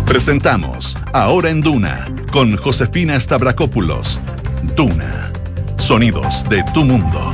Presentamos Ahora en Duna con Josefina Stavrakopoulos. Duna. Sonidos de tu mundo.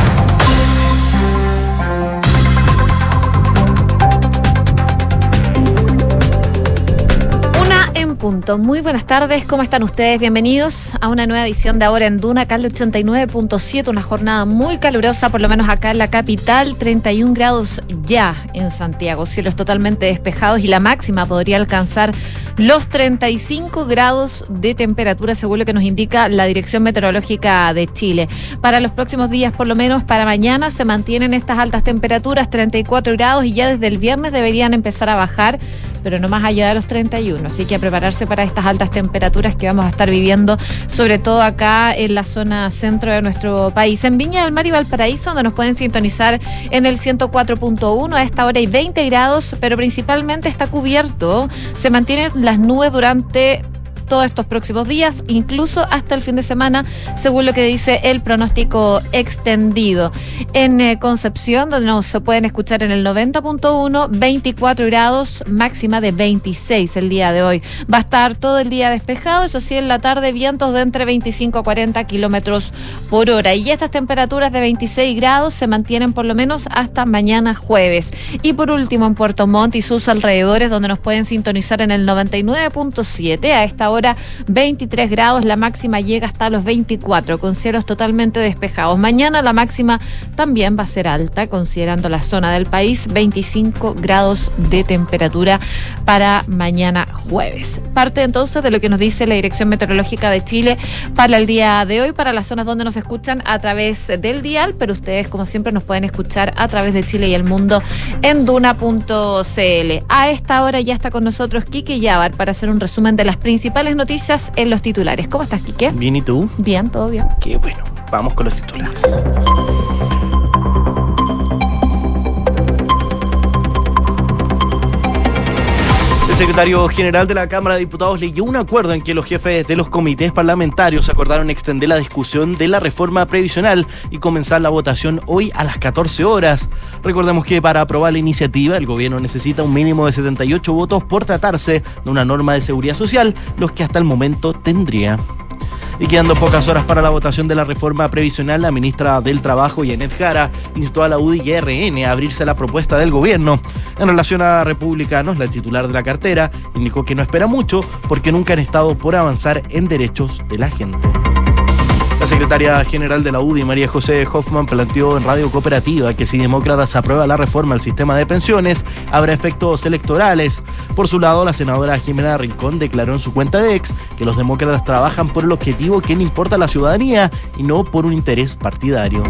Punto. Muy buenas tardes, ¿cómo están ustedes? Bienvenidos a una nueva edición de Ahora en Duna, acá el 89.7, una jornada muy calurosa, por lo menos acá en la capital, 31 grados ya en Santiago, cielos totalmente despejados y la máxima podría alcanzar los 35 grados de temperatura, según lo que nos indica la Dirección Meteorológica de Chile. Para los próximos días, por lo menos para mañana, se mantienen estas altas temperaturas, 34 grados, y ya desde el viernes deberían empezar a bajar, pero no más allá de los 31, así que a prepararse para estas altas temperaturas que vamos a estar viviendo, sobre todo acá en la zona centro de nuestro país. En Viña del Mar y Valparaíso, donde nos pueden sintonizar en el 104.1, a esta hora hay 20 grados, pero principalmente está cubierto, se mantienen las nubes durante todos estos próximos días, incluso hasta el fin de semana, según lo que dice el pronóstico extendido. En Concepción, donde nos pueden escuchar en el 90.1, 24 grados, máxima de 26 el día de hoy. Va a estar todo el día despejado, eso sí, en la tarde vientos de entre 25 a 40 kilómetros por hora. Y estas temperaturas de 26 grados se mantienen por lo menos hasta mañana jueves. Y por último, en Puerto Montt y sus alrededores, donde nos pueden sintonizar en el 99.7, a esta hora 23 grados, la máxima llega hasta los 24, con cielos totalmente despejados. Mañana la máxima también va a ser alta, considerando la zona del país, 25 grados de temperatura para mañana jueves. Parte entonces de lo que nos dice la Dirección Meteorológica de Chile para el día de hoy, para las zonas donde nos escuchan a través del dial, pero ustedes, como siempre, nos pueden escuchar a través de Chile y el mundo en duna.cl. A esta hora ya está con nosotros Quique Yabar para hacer un resumen de las principales noticias en los titulares. ¿Cómo estás, Quique? Bien, ¿y tú? Bien, todo bien. Qué bueno, vamos con los titulares. El secretario general de la Cámara de Diputados leyó un acuerdo en que los jefes de los comités parlamentarios acordaron extender la discusión de la reforma previsional y comenzar la votación hoy a las 14 horas. Recordemos que para aprobar la iniciativa el gobierno necesita un mínimo de 78 votos por tratarse de una norma de seguridad social, los que hasta el momento tendría. Y quedando pocas horas para la votación de la reforma previsional, la ministra del Trabajo, Yanet Jara, instó a la UDI y RN a abrirse a la propuesta del gobierno. En relación a republicanos, la titular de la cartera indicó que no espera mucho porque nunca han estado por avanzar en derechos de la gente. La secretaria general de la UDI, María José Hoffman, planteó en Radio Cooperativa que si Demócratas aprueba la reforma al sistema de pensiones, habrá efectos electorales. Por su lado, la senadora Jimena Rincón declaró en su cuenta de X que los demócratas trabajan por el objetivo que le importa a la ciudadanía y no por un interés partidario.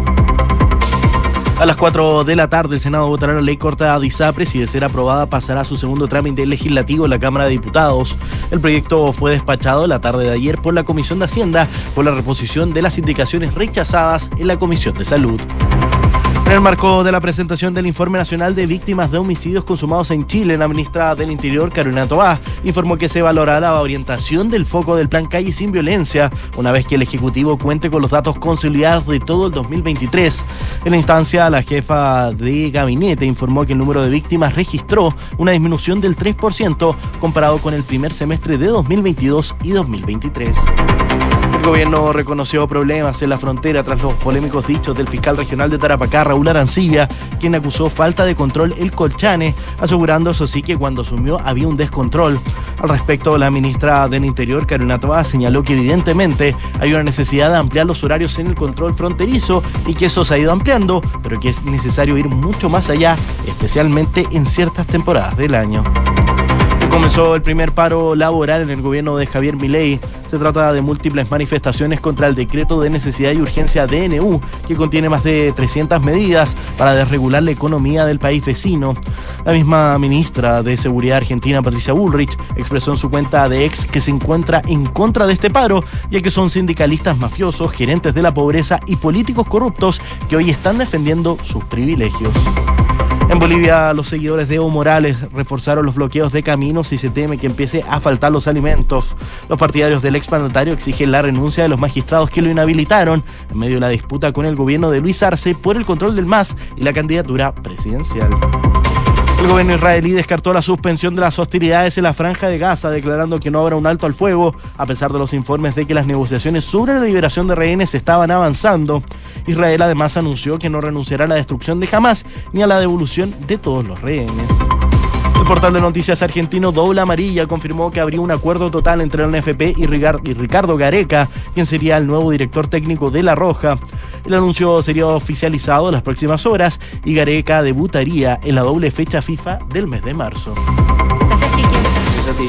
A las 4 de la tarde, el Senado votará la ley corta de ISAPRES y, de ser aprobada, pasará a su segundo trámite legislativo en la Cámara de Diputados. El proyecto fue despachado la tarde de ayer por la Comisión de Hacienda por la reposición de las indicaciones rechazadas en la Comisión de Salud. En el marco de la presentación del Informe Nacional de Víctimas de Homicidios Consumados en Chile, la ministra del Interior, Carolina Toá, informó que se evaluará la orientación del foco del Plan Calle Sin Violencia, una vez que el Ejecutivo cuente con los datos consolidados de todo el 2023. En la instancia, la jefa de gabinete informó que el número de víctimas registró una disminución del 3% comparado con el primer semestre de 2022 y 2023. El gobierno reconoció problemas en la frontera tras los polémicos dichos del fiscal regional de Tarapacá, Raúl Arancibia, quien acusó falta de control el Colchane, asegurando eso sí que cuando asumió había un descontrol. Al respecto, la ministra del Interior, Carolina Toá, señaló que evidentemente hay una necesidad de ampliar los horarios en el control fronterizo y que eso se ha ido ampliando, pero que es necesario ir mucho más allá, especialmente en ciertas temporadas del año. Comenzó el primer paro laboral en el gobierno de Javier Milei. Se trata de múltiples manifestaciones contra el decreto de necesidad y urgencia DNU, que contiene más de 300 medidas para desregular la economía del país vecino. La misma ministra de Seguridad argentina, Patricia Bullrich, expresó en su cuenta de X que se encuentra en contra de este paro, ya que son sindicalistas mafiosos, gerentes de la pobreza y políticos corruptos que hoy están defendiendo sus privilegios. En Bolivia, los seguidores de Evo Morales reforzaron los bloqueos de caminos y se teme que empiece a faltar los alimentos. Los partidarios del exmandatario exigen la renuncia de los magistrados que lo inhabilitaron en medio de la disputa con el gobierno de Luis Arce por el control del MAS y la candidatura presidencial. El gobierno israelí descartó la suspensión de las hostilidades en la Franja de Gaza, declarando que no habrá un alto al fuego, a pesar de los informes de que las negociaciones sobre la liberación de rehenes estaban avanzando. Israel además anunció que no renunciará a la destrucción de Hamás ni a la devolución de todos los rehenes. El portal de noticias argentino Doble Amarilla confirmó que habría un acuerdo total entre la NFP y Ricardo Gareca, quien sería el nuevo director técnico de La Roja. El anuncio sería oficializado en las próximas horas y Gareca debutaría en la doble fecha FIFA del mes de marzo. Gracias, Kiki. Gracias a ti.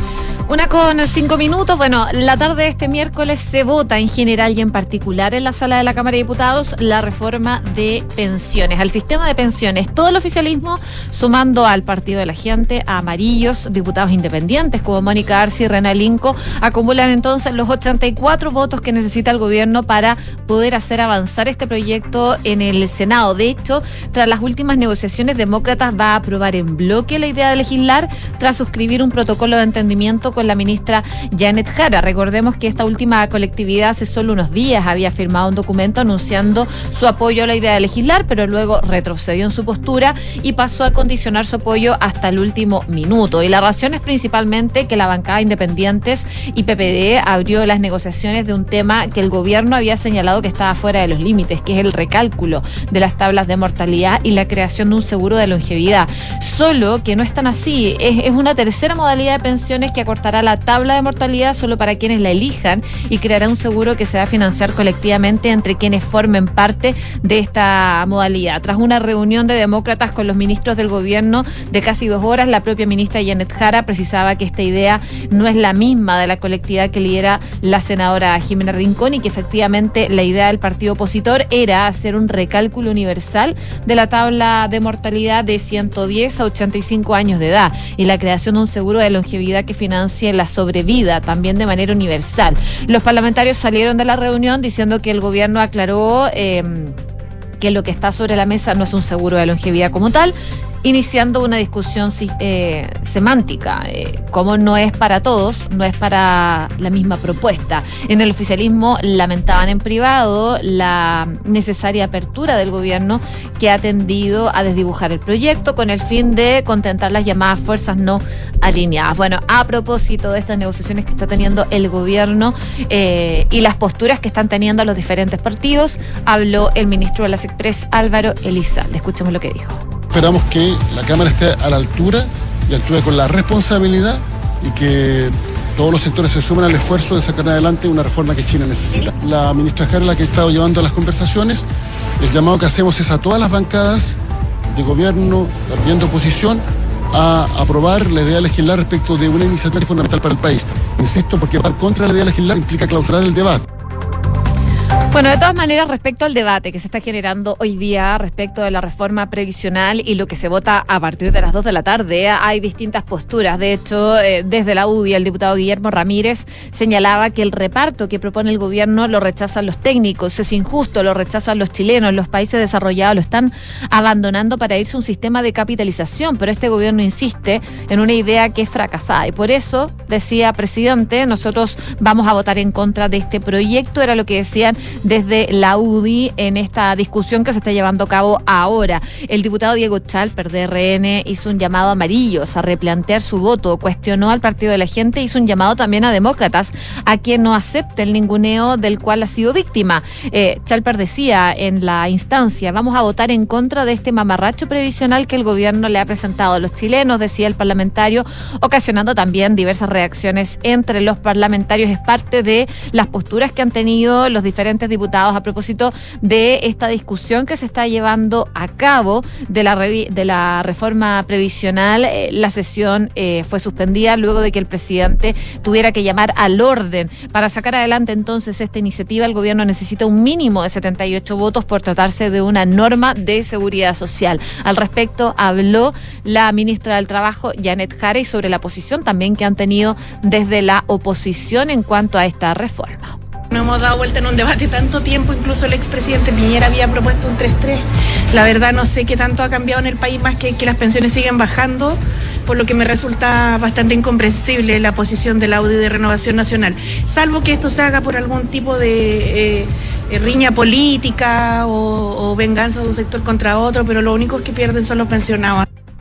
1:05. Bueno, la tarde de este miércoles se vota en general y en particular en la sala de la Cámara de Diputados la reforma de pensiones, al sistema de pensiones. Todo el oficialismo sumando al Partido de la Gente, a amarillos, diputados independientes como Mónica Arce y René Linco, acumulan entonces los 84 votos que necesita el gobierno para poder hacer avanzar este proyecto en el Senado. De hecho, tras las últimas negociaciones, Demócratas va a aprobar en bloque la idea de legislar tras suscribir un protocolo de entendimiento con la ministra Janet Jara. Recordemos que esta última colectividad hace solo unos días había firmado un documento anunciando su apoyo a la idea de legislar, pero luego retrocedió en su postura y pasó a condicionar su apoyo hasta el último minuto. Y la razón es principalmente que la bancada Independientes y PPD abrió las negociaciones de un tema que el gobierno había señalado que estaba fuera de los límites, que es el recálculo de las tablas de mortalidad y la creación de un seguro de longevidad. Solo que no es tan así, es una tercera modalidad de pensiones que acortará la tabla de mortalidad solo para quienes la elijan y creará un seguro que se va a financiar colectivamente entre quienes formen parte de esta modalidad. Tras una reunión de demócratas con los ministros del gobierno de casi 2 horas, la propia ministra Janet Jara precisaba que esta idea no es la misma de la colectividad que lidera la senadora Jimena Rincón y que efectivamente la idea del partido opositor era hacer un recálculo universal de la tabla de mortalidad de 110 a 85 años de edad y la creación de un seguro de longevidad que financie la sobrevida también de manera universal. Los parlamentarios salieron de la reunión diciendo que el gobierno aclaró que lo que está sobre la mesa no es un seguro de longevidad como tal, iniciando una discusión semántica, como no es para todos, no es para la misma propuesta. En el oficialismo lamentaban en privado la necesaria apertura del gobierno que ha tendido a desdibujar el proyecto con el fin de contentar las llamadas fuerzas no alineadas. Bueno, a propósito de estas negociaciones que está teniendo el gobierno y las posturas que están teniendo los diferentes partidos, habló el ministro de las Express, Álvaro Elizalde. Escuchemos lo que dijo. Esperamos que la Cámara esté a la altura y actúe con la responsabilidad y que todos los sectores se sumen al esfuerzo de sacar adelante una reforma que Chile necesita. La ministra Jara, la que ha estado llevando las conversaciones, el llamado que hacemos es a todas las bancadas de gobierno, también de oposición, a aprobar la idea de legislar respecto de una iniciativa fundamental para el país. Insisto, porque votar contra la idea de legislar implica clausurar el debate. Bueno, de todas maneras, respecto al debate que se está generando hoy día respecto de la reforma previsional y lo que se vota a partir de las 2 de la tarde, hay distintas posturas. De hecho, desde la UDI, el diputado Guillermo Ramírez señalaba que el reparto que propone el gobierno lo rechazan los técnicos, es injusto, lo rechazan los chilenos, los países desarrollados lo están abandonando para irse a un sistema de capitalización, pero este gobierno insiste en una idea que es fracasada y por eso, decía presidente, nosotros vamos a votar en contra de este proyecto, era lo que decían desde la UDI en esta discusión que se está llevando a cabo ahora. El diputado Diego Chalper de RN hizo un llamado a amarillos a replantear su voto, cuestionó al Partido de la Gente, hizo un llamado también a demócratas a que no acepten el ninguneo del cual ha sido víctima. Chalper decía en la instancia, vamos a votar en contra de este mamarracho previsional que el gobierno le ha presentado a los chilenos, decía el parlamentario, ocasionando también diversas reacciones entre los parlamentarios. Es parte de las posturas que han tenido los diferentes diputados a propósito de esta discusión que se está llevando a cabo de la reforma previsional. La sesión fue suspendida luego de que el presidente tuviera que llamar al orden. Para sacar adelante entonces esta iniciativa, el gobierno necesita un mínimo de 78 votos por tratarse de una norma de seguridad social. Al respecto habló la ministra del Trabajo, Janet Jara, y sobre la posición también que han tenido desde la oposición en cuanto a esta reforma. No hemos dado vuelta en un debate tanto tiempo, incluso el expresidente Piñera había propuesto un 3-3. La verdad no sé qué tanto ha cambiado en el país más que las pensiones siguen bajando, por lo que me resulta bastante incomprensible la posición de la UDI de Renovación Nacional, salvo que esto se haga por algún tipo de riña política o venganza de un sector contra otro, pero lo único que pierden son los pensionados.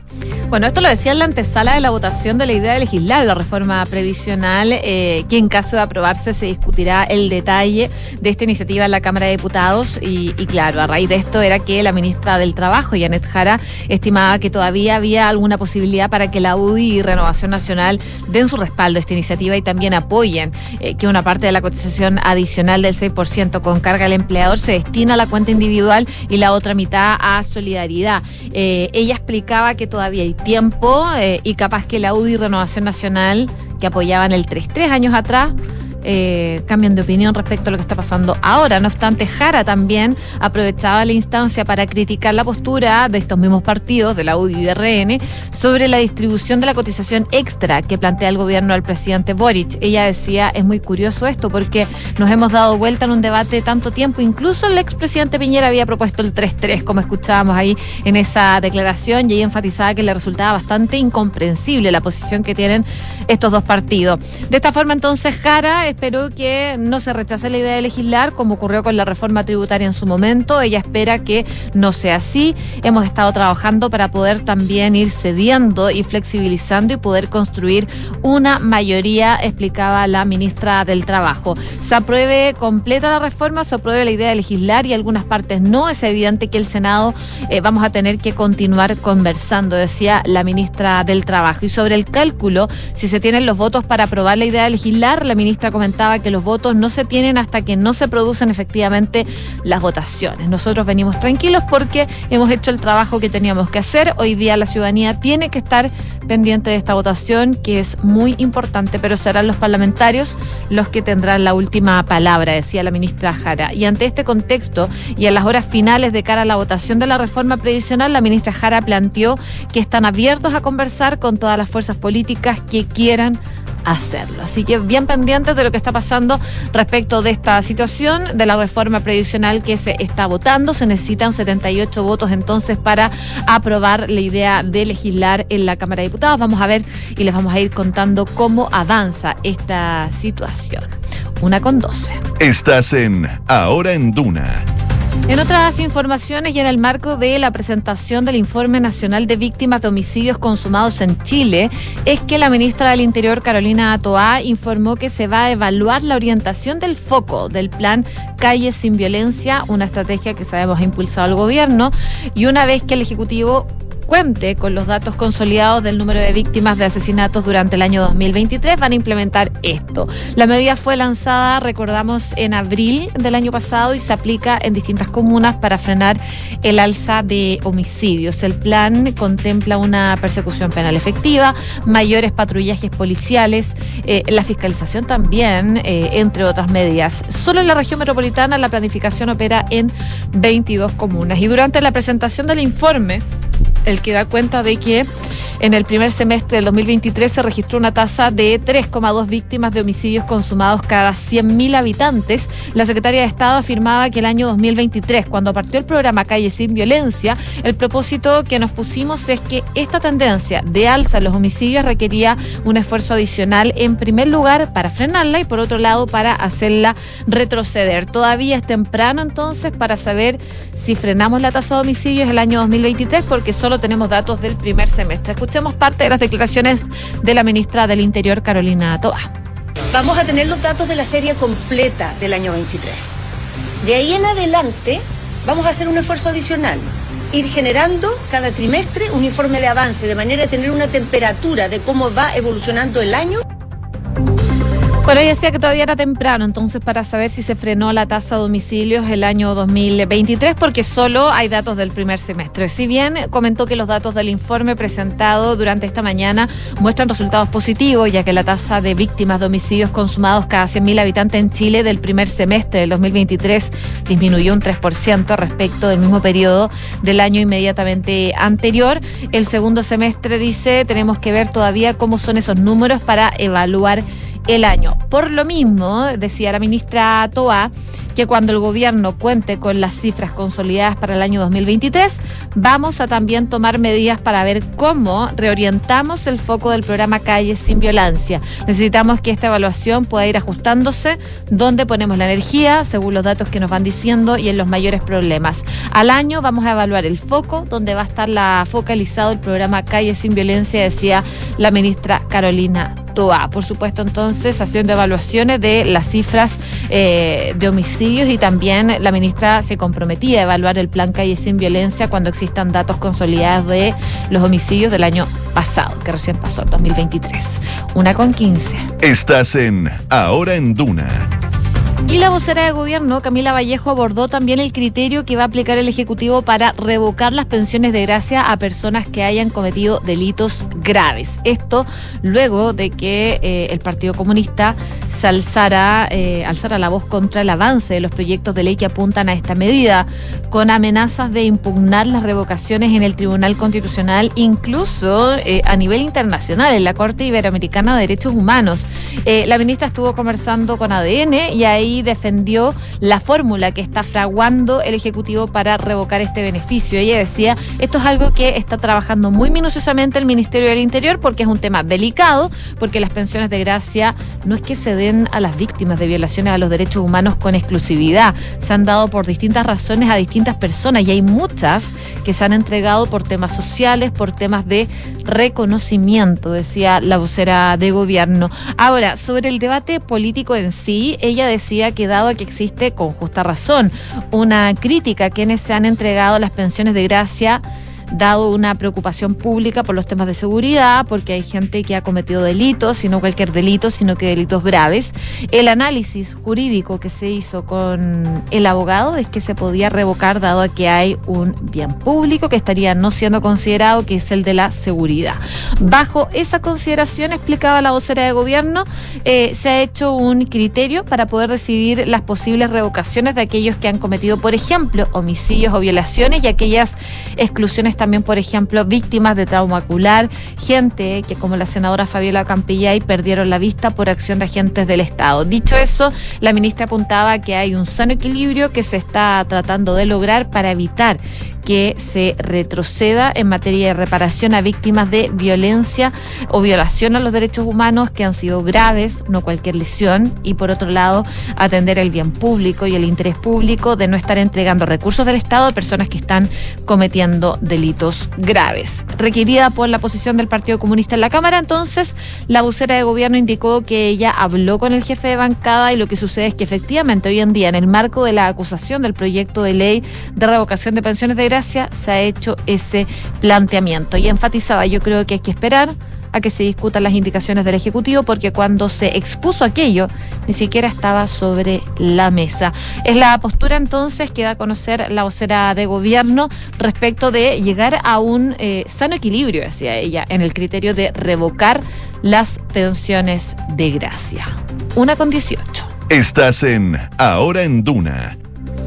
Bueno, esto lo decía en la antesala de la votación de la idea de legislar la reforma previsional, que en caso de aprobarse se discutirá el detalle de esta iniciativa en la Cámara de Diputados y claro, a raíz de esto era que la ministra del Trabajo, Janet Jara, estimaba que todavía había alguna posibilidad para que la UDI y Renovación Nacional den su respaldo a esta iniciativa y también apoyen que una parte de la cotización adicional del 6% con carga al empleador se destina a la cuenta individual y la otra mitad a solidaridad. Ella explicaba que todavía hay tiempo y capaz que la UDI y Renovación Nacional, que apoyaban el 3-3 años atrás, cambian de opinión respecto a lo que está pasando ahora. No obstante, Jara también aprovechaba la instancia para criticar la postura de estos mismos partidos, de la UDI y de RN, sobre la distribución de la cotización extra que plantea el gobierno al presidente Boric. Ella decía, es muy curioso esto porque nos hemos dado vuelta en un debate tanto tiempo, incluso el expresidente Piñera había propuesto el 3-3, como escuchábamos ahí en esa declaración, y ella enfatizaba que le resultaba bastante incomprensible la posición que tienen estos dos partidos. De esta forma, entonces, Jara esperó que no se rechace la idea de legislar, como ocurrió con la reforma tributaria en su momento. Ella espera que no sea así. Hemos estado trabajando para poder también ir cediendo y flexibilizando y poder construir una mayoría, explicaba la ministra del Trabajo. Se apruebe completa la reforma, se apruebe la idea de legislar y algunas partes no. Es evidente que el Senado vamos a tener que continuar conversando, decía la ministra del Trabajo. Y sobre el cálculo, si se tienen los votos para aprobar la idea de legislar, la ministra comentaba que los votos no se tienen hasta que no se producen efectivamente las votaciones. Nosotros venimos tranquilos porque hemos hecho el trabajo que teníamos que hacer. Hoy día la ciudadanía tiene que estar pendiente de esta votación, que es muy importante, pero serán los parlamentarios los que tendrán la última palabra, decía la ministra Jara. Y ante este contexto y en las horas finales de cara a la votación de la reforma previsional, la ministra Jara planteó que están abiertos a conversar con todas las fuerzas políticas que quieran hacerlo. Así que bien pendientes de lo que está pasando respecto de esta situación de la reforma previsional que se está votando. Se necesitan 78 votos entonces para aprobar la idea de legislar en la Cámara de Diputados. Vamos a ver y les vamos a ir contando cómo avanza esta situación. 1:12. Estás en Ahora en Duna. En otras informaciones y en el marco de la presentación del Informe Nacional de Víctimas de Homicidios Consumados en Chile, es que la ministra del Interior, Carolina Toá, informó que se va a evaluar la orientación del foco del plan Calles sin Violencia, una estrategia que sabemos ha impulsado el gobierno, y una vez que el Ejecutivo cuente con los datos consolidados del número de víctimas de asesinatos durante el año 2023, van a implementar esto. La medida fue lanzada, recordamos, en abril del año pasado y se aplica en distintas comunas para frenar el alza de homicidios. El plan contempla una persecución penal efectiva, mayores patrullajes policiales, la fiscalización también, entre otras medidas. Solo en la región metropolitana la planificación opera en 22 comunas. Y durante la presentación del informe, el que da cuenta de que en el primer semestre del 2023 se registró una tasa de 3,2 víctimas de homicidios consumados cada 100.000 habitantes. La secretaria de Estado afirmaba que el año 2023, cuando partió el programa Calles sin Violencia, el propósito que nos pusimos es que esta tendencia de alza en los homicidios requería un esfuerzo adicional, en primer lugar para frenarla y por otro lado para hacerla retroceder. Todavía es temprano entonces para saber si frenamos la tasa de homicidios el año 2023 porque solo tenemos datos del primer semestre. Escuchemos parte de las declaraciones de la ministra del Interior, Carolina Toá. Vamos a tener los datos de la serie completa del año 23. De ahí en adelante vamos a hacer un esfuerzo adicional, ir generando cada trimestre un informe de avance, de manera de tener una temperatura de cómo va evolucionando el año. Bueno, ella decía que todavía era temprano, entonces, para saber si se frenó la tasa de homicidios el año 2023, porque solo hay datos del primer semestre. Si bien comentó que los datos del informe presentado durante esta mañana muestran resultados positivos, ya que la tasa de víctimas de homicidios consumados cada 100.000 habitantes en Chile del primer semestre del 2023 disminuyó un 3% respecto del mismo periodo del año inmediatamente anterior. El segundo semestre, dice, tenemos que ver todavía cómo son esos números para evaluar el año. Por lo mismo, decía la ministra Toá, que cuando el gobierno cuente con las cifras consolidadas para el año 2023, vamos a también tomar medidas para ver cómo reorientamos el foco del programa Calles sin Violencia. Necesitamos que esta evaluación pueda ir ajustándose dónde ponemos la energía, según los datos que nos van diciendo, y en los mayores problemas. Al año vamos a evaluar el foco, donde va a estar focalizado el programa Calles sin Violencia, decía la ministra Carolina Toá. Por supuesto, entonces, haciendo evaluaciones de las cifras de homicidios, y también la ministra se comprometía a evaluar el plan Calles sin Violencia cuando existan datos consolidados de los homicidios del año pasado, que recién pasó, 2023. 1:15. Estás en Ahora en Duna. Y la vocera de gobierno, Camila Vallejo, abordó también el criterio que va a aplicar el Ejecutivo para revocar las pensiones de gracia a personas que hayan cometido delitos graves. Esto luego de que el Partido Comunista alzara la voz contra el avance de los proyectos de ley que apuntan a esta medida, con amenazas de impugnar las revocaciones en el Tribunal Constitucional, incluso a nivel internacional, en la Corte Iberoamericana de Derechos Humanos. La ministra estuvo conversando con ADN y ahí defendió la fórmula que está fraguando el Ejecutivo para revocar este beneficio. Ella decía, esto es algo que está trabajando muy minuciosamente el Ministerio del Interior, porque es un tema delicado, porque las pensiones de gracia no es que se den a las víctimas de violaciones a los derechos humanos con exclusividad, se han dado por distintas razones a distintas personas, y hay muchas que se han entregado por temas sociales, por temas de reconocimiento, decía la vocera de gobierno. Ahora, sobre el debate político en sí, ella decía que dado que existe, con justa razón, una crítica a quienes se han entregado las pensiones de gracia, dado una preocupación pública por los temas de seguridad, porque hay gente que ha cometido delitos, y no cualquier delito, sino que delitos graves. El análisis jurídico que se hizo con el abogado es que se podía revocar dado a que hay un bien público que estaría no siendo considerado, que es el de la seguridad. Bajo esa consideración, explicaba la vocera de gobierno, se ha hecho un criterio para poder decidir las posibles revocaciones de aquellos que han cometido, por ejemplo, homicidios o violaciones, y aquellas exclusiones también, por ejemplo, víctimas de trauma ocular, gente que, como la senadora Fabiola Campillay, perdieron la vista por acción de agentes del Estado. Dicho eso, la ministra apuntaba que hay un sano equilibrio que se está tratando de lograr para evitar que se retroceda en materia de reparación a víctimas de violencia o violación a los derechos humanos que han sido graves, no cualquier lesión, y por otro lado, atender el bien público y el interés público de no estar entregando recursos del Estado a personas que están cometiendo delitos graves. Requerida por la posición del Partido Comunista en la Cámara, entonces, la vocera de gobierno indicó que ella habló con el jefe de bancada, y lo que sucede es que efectivamente hoy en día, en el marco de la acusación del proyecto de ley de revocación de pensiones de gracia, se ha hecho ese planteamiento. Y enfatizaba, yo creo que hay que esperar a que se discutan las indicaciones del Ejecutivo, porque cuando se expuso aquello, ni siquiera estaba sobre la mesa. Es la postura entonces que da a conocer la vocera de gobierno respecto de llegar a un sano equilibrio, decía ella, en el criterio de revocar las pensiones de gracia. 1:18. Estás en Ahora en Duna.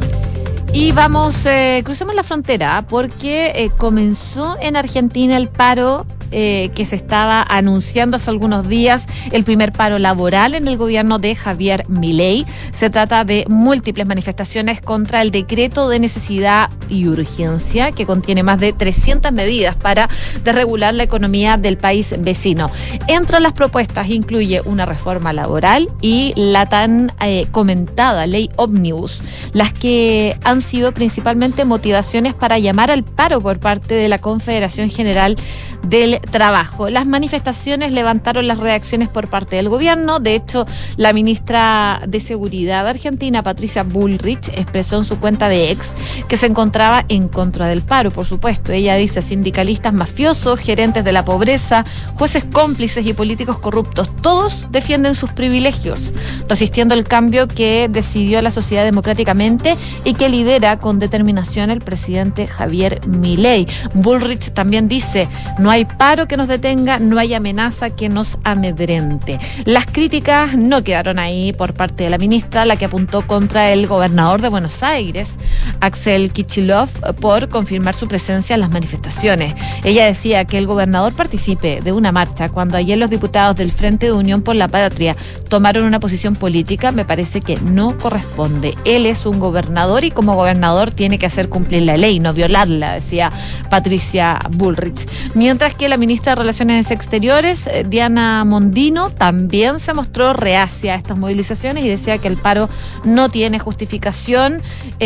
Y cruzamos la frontera porque comenzó en Argentina el paro que se estaba anunciando hace algunos días, el primer paro laboral en el gobierno de Javier Milei. Se trata de múltiples manifestaciones contra el decreto de necesidad y urgencia, que contiene más de 300 medidas para desregular la economía del país vecino. Entre las propuestas incluye una reforma laboral y la tan comentada ley ómnibus, las que han sido principalmente motivaciones para llamar al paro por parte de la Confederación General del Trabajo. Las manifestaciones levantaron las reacciones por parte del gobierno. De hecho, la ministra de Seguridad argentina, Patricia Bullrich, expresó en su cuenta de X que se encontraba en contra del paro, por supuesto. Ella dice: sindicalistas mafiosos, gerentes de la pobreza, jueces cómplices y políticos corruptos, todos defienden sus privilegios, resistiendo el cambio que decidió la sociedad democráticamente y que lidera con determinación el presidente Javier Milei. Bullrich también dice: no No hay paro que nos detenga, no hay amenaza que nos amedrente. Las críticas no quedaron ahí por parte de la ministra, la que apuntó contra el gobernador de Buenos Aires, Axel Kicillof, por confirmar su presencia en las manifestaciones. Ella decía que el gobernador participe de una marcha cuando ayer los diputados del Frente de Unión por la Patria tomaron una posición política, me parece que no corresponde. Él es un gobernador y como gobernador tiene que hacer cumplir la ley, no violarla, decía Patricia Bullrich. Mientras que la ministra de Relaciones Exteriores, Diana Mondino, también se mostró reacia a estas movilizaciones y decía que el paro no tiene justificación.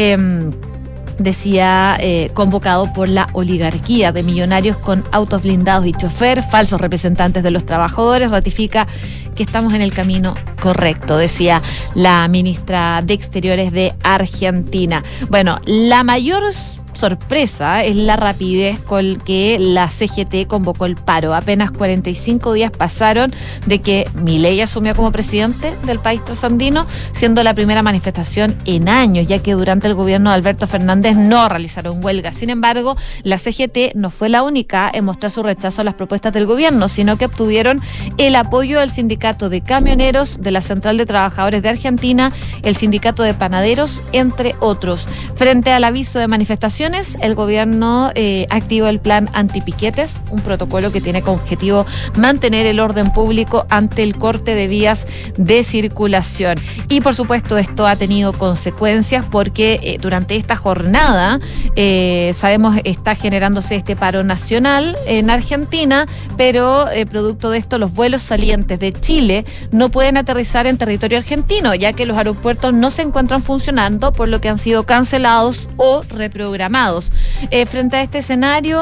Decía, convocado por la oligarquía de millonarios con autos blindados y chofer, falsos representantes de los trabajadores, ratifica que estamos en el camino correcto, decía la ministra de Exteriores de Argentina. Bueno, la mayor sorpresa es la rapidez con que la CGT convocó el paro. Apenas 45 días pasaron de que Milei asumió como presidente del país trasandino, siendo la primera manifestación en años, ya que durante el gobierno de Alberto Fernández no realizaron huelga. Sin embargo, la CGT no fue la única en mostrar su rechazo a las propuestas del gobierno, sino que obtuvieron el apoyo del sindicato de camioneros, de la Central de Trabajadores de Argentina, el sindicato de panaderos, entre otros. Frente al aviso de manifestación, el gobierno activó el plan antipiquetes, un protocolo que tiene como objetivo mantener el orden público ante el corte de vías de circulación. Y por supuesto esto ha tenido consecuencias porque durante esta jornada, sabemos, está generándose este paro nacional en Argentina, pero producto de esto los vuelos salientes de Chile no pueden aterrizar en territorio argentino, ya que los aeropuertos no se encuentran funcionando, por lo que han sido cancelados o reprogramados. Frente a este escenario,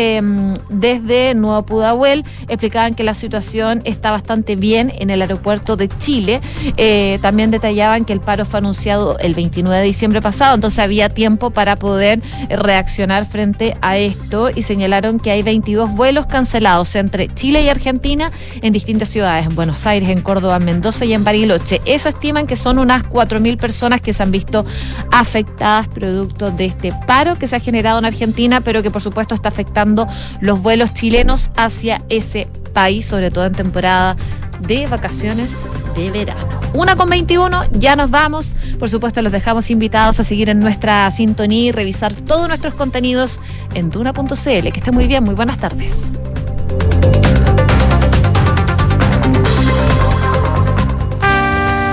desde Nuevo Pudahuel explicaban que la situación está bastante bien en el aeropuerto de Chile. También detallaban que el paro fue anunciado el 29 de diciembre pasado, entonces había tiempo para poder reaccionar frente a esto, y señalaron que hay 22 vuelos cancelados entre Chile y Argentina en distintas ciudades, en Buenos Aires, en Córdoba, en Mendoza y en Bariloche. Eso estiman que son unas 4.000 personas que se han visto afectadas producto de este paro que se ha generado en Argentina, pero que por supuesto está afectando los vuelos chilenos hacia ese país, sobre todo en temporada de vacaciones de verano. 1:21, ya nos vamos. Por supuesto, los dejamos invitados a seguir en nuestra sintonía y revisar todos nuestros contenidos en duna.cl. Que esté muy bien, muy buenas tardes.